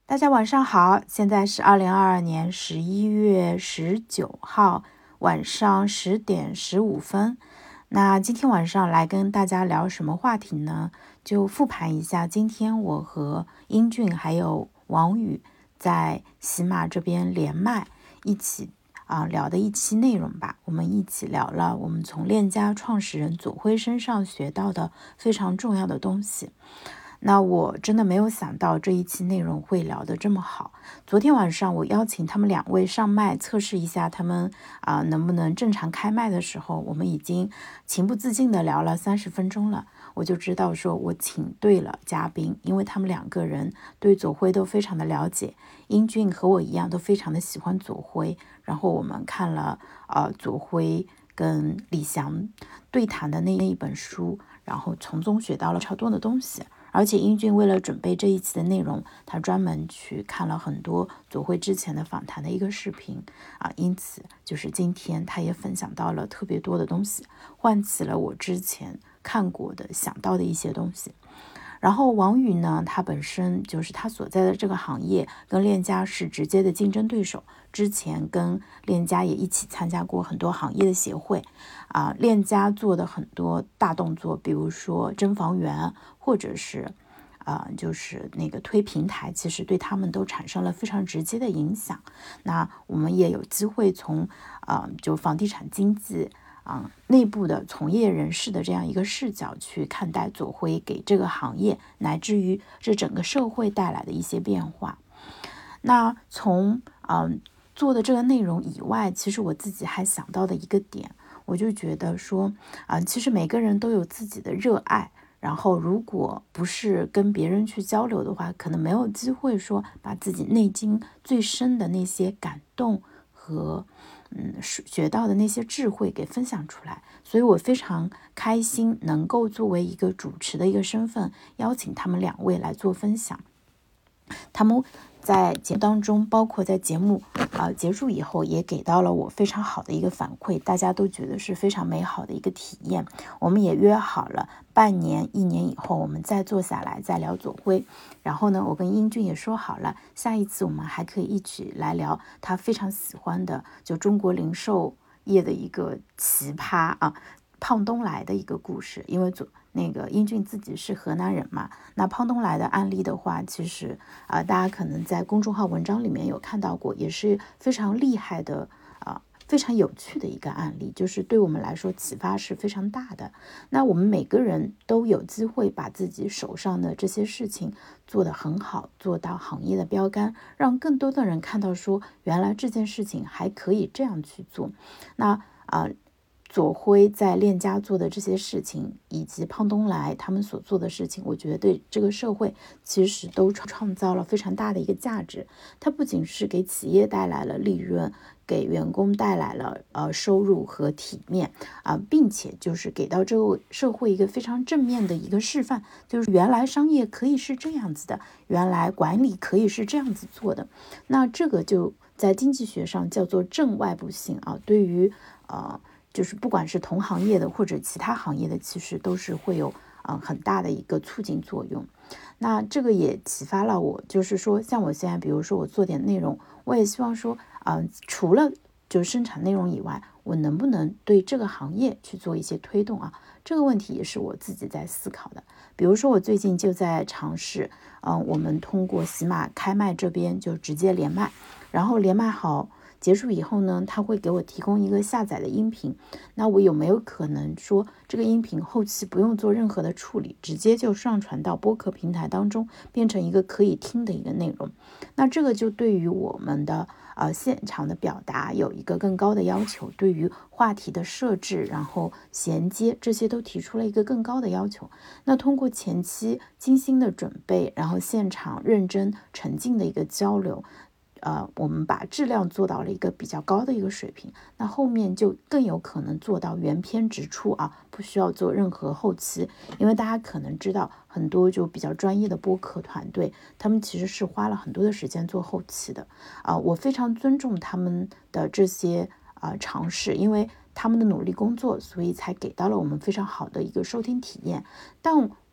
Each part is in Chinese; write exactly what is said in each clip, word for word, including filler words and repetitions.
大家晚上好，现在是二零二二年十一月十九号晚上十点十五分。那今天晚上来跟大家聊什么话题呢？就复盘一下今天我和英俊还有王宇在喜马这边连麦一起啊聊的一期内容吧。我们一起聊了我们从链家创始人左晖身上学到的非常重要的东西。那我真的没有想到这一期内容会聊得这么好。昨天晚上我邀请他们两位上麦测试一下他们啊、呃、能不能正常开麦的时候，我们已经情不自禁的聊了三十分钟了。我就知道说我请对了嘉宾，因为他们两个人对左晖都非常的了解，英俊和我一样都非常的喜欢左晖。然后我们看了呃左晖跟李翔对谈的那一本书，然后从中学到了超多的东西。而且英俊为了准备这一期的内容，他专门去看了很多左晖之前的访谈的一个视频啊，因此就是今天他也分享到了特别多的东西，唤起了我之前看过的想到的一些东西。然后王宇呢，他本身就是他所在的这个行业跟链家是直接的竞争对手，之前跟链家也一起参加过很多行业的协会啊，链家做的很多大动作，比如说真房源或者是啊、呃，就是那个推平台，其实对他们都产生了非常直接的影响。那我们也有机会从啊、呃，就房地产经济啊、内部的从业人士的这样一个视角去看待左晖给这个行业乃至于这整个社会带来的一些变化。那从嗯、呃、做的这个内容以外，其实我自己还想到的一个点，我就觉得说啊、呃，其实每个人都有自己的热爱，然后如果不是跟别人去交流的话，可能没有机会说把自己内心最深的那些感动和嗯，学到的那些智慧给分享出来。所以我非常开心能够作为一个主持的一个身份，邀请他们两位来做分享。他们在节目当中，包括在节目啊、呃、结束以后，也给到了我非常好的一个反馈，大家都觉得是非常美好的一个体验。我们也约好了半年、一年以后，我们再坐下来再聊左晖。然后呢，我跟英俊也说好了，下一次我们还可以一起来聊他非常喜欢的，就中国零售业的一个奇葩啊，胖东来的一个故事。因为左那个英俊自己是河南人嘛，那胖东来的案例的话，其实啊、呃，大家可能在公众号文章里面有看到过，也是非常厉害的啊、呃，非常有趣的一个案例，就是对我们来说启发是非常大的。那我们每个人都有机会把自己手上的这些事情做得很好，做到行业的标杆，让更多的人看到说，原来这件事情还可以这样去做。那啊。呃左晖在链家做的这些事情，以及胖东来他们所做的事情，我觉得对这个社会其实都创造了非常大的一个价值。它不仅是给企业带来了利润，给员工带来了呃收入和体面啊、呃，并且就是给到这个社会一个非常正面的一个示范，就是原来商业可以是这样子的，原来管理可以是这样子做的。那这个就在经济学上叫做正外部性啊，对于呃。就是不管是同行业的或者其他行业的，其实都是会有嗯、呃、很大的一个促进作用。那这个也启发了我，就是说像我现在比如说我做点内容，我也希望说啊、呃，除了就是生产内容以外，我能不能对这个行业去做一些推动啊？这个问题也是我自己在思考的。比如说我最近就在尝试嗯、呃，我们通过喜马开麦这边就直接连麦，然后连麦好结束以后呢，他会给我提供一个下载的音频。那我有没有可能说这个音频后期不用做任何的处理，直接就上传到播客平台当中，变成一个可以听的一个内容？那这个就对于我们的呃现场的表达有一个更高的要求，对于话题的设置，然后衔接这些都提出了一个更高的要求。那通过前期精心的准备，然后现场认真沉浸的一个交流，呃，我们把质量做到了一个比较高的一个水平，那后面就更有可能做到原片直出啊，不需要做任何后期。因为大家可能知道，很多就比较专业的播客团队，他们其实是花了很多的时间做后期的啊、呃，我非常尊重他们的这些啊、呃、尝试，因为他们的努力工作，所以才给到了我们非常好的一个收听体验。但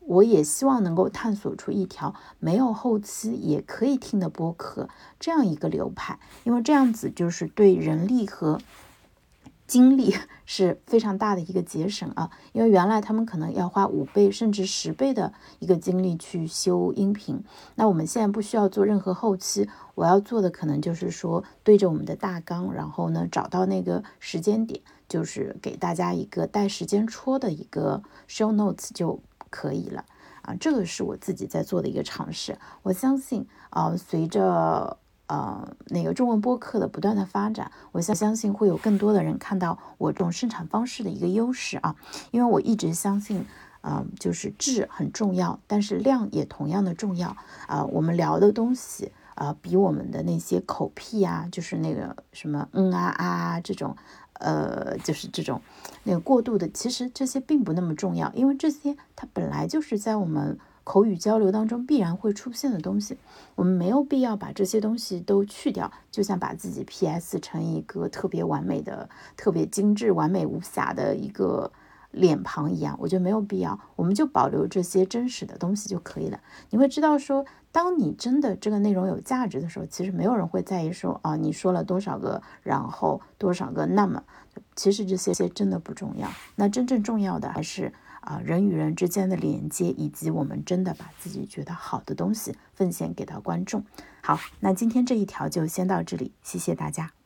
我也希望能够探索出一条没有后期也可以听的播客这样一个流派，因为这样子就是对人力和精力是非常大的一个节省啊，因为原来他们可能要花五倍甚至十倍的一个精力去修音频，那我们现在不需要做任何后期，我要做的可能就是说对着我们的大纲，然后呢找到那个时间点，就是给大家一个带时间戳的一个 show notes 就可以了啊，这个是我自己在做的一个尝试。我相信啊、呃，随着呃，那个中文播客的不断的发展，我相相信会有更多的人看到我这种生产方式的一个优势啊，因为我一直相信，呃，就是质很重要，但是量也同样的重要啊、呃。我们聊的东西啊、呃，比我们的那些口癖啊，就是那个什么嗯啊啊这种，呃，就是这种那个过度的，其实这些并不那么重要，因为这些它本来就是在我们口语交流当中必然会出现的东西，我们没有必要把这些东西都去掉，就像把自己 P S 成一个特别完美的、特别精致、完美无瑕的一个脸庞一样，我觉得没有必要，我们就保留这些真实的东西就可以了。你会知道说，当你真的这个内容有价值的时候，其实没有人会在意说啊，你说了多少个然后多少个那么，其实这些真的不重要，那真正重要的还是啊，人与人之间的连接，以及我们真的把自己觉得好的东西奉献给到观众。好，那今天这一条就先到这里，谢谢大家。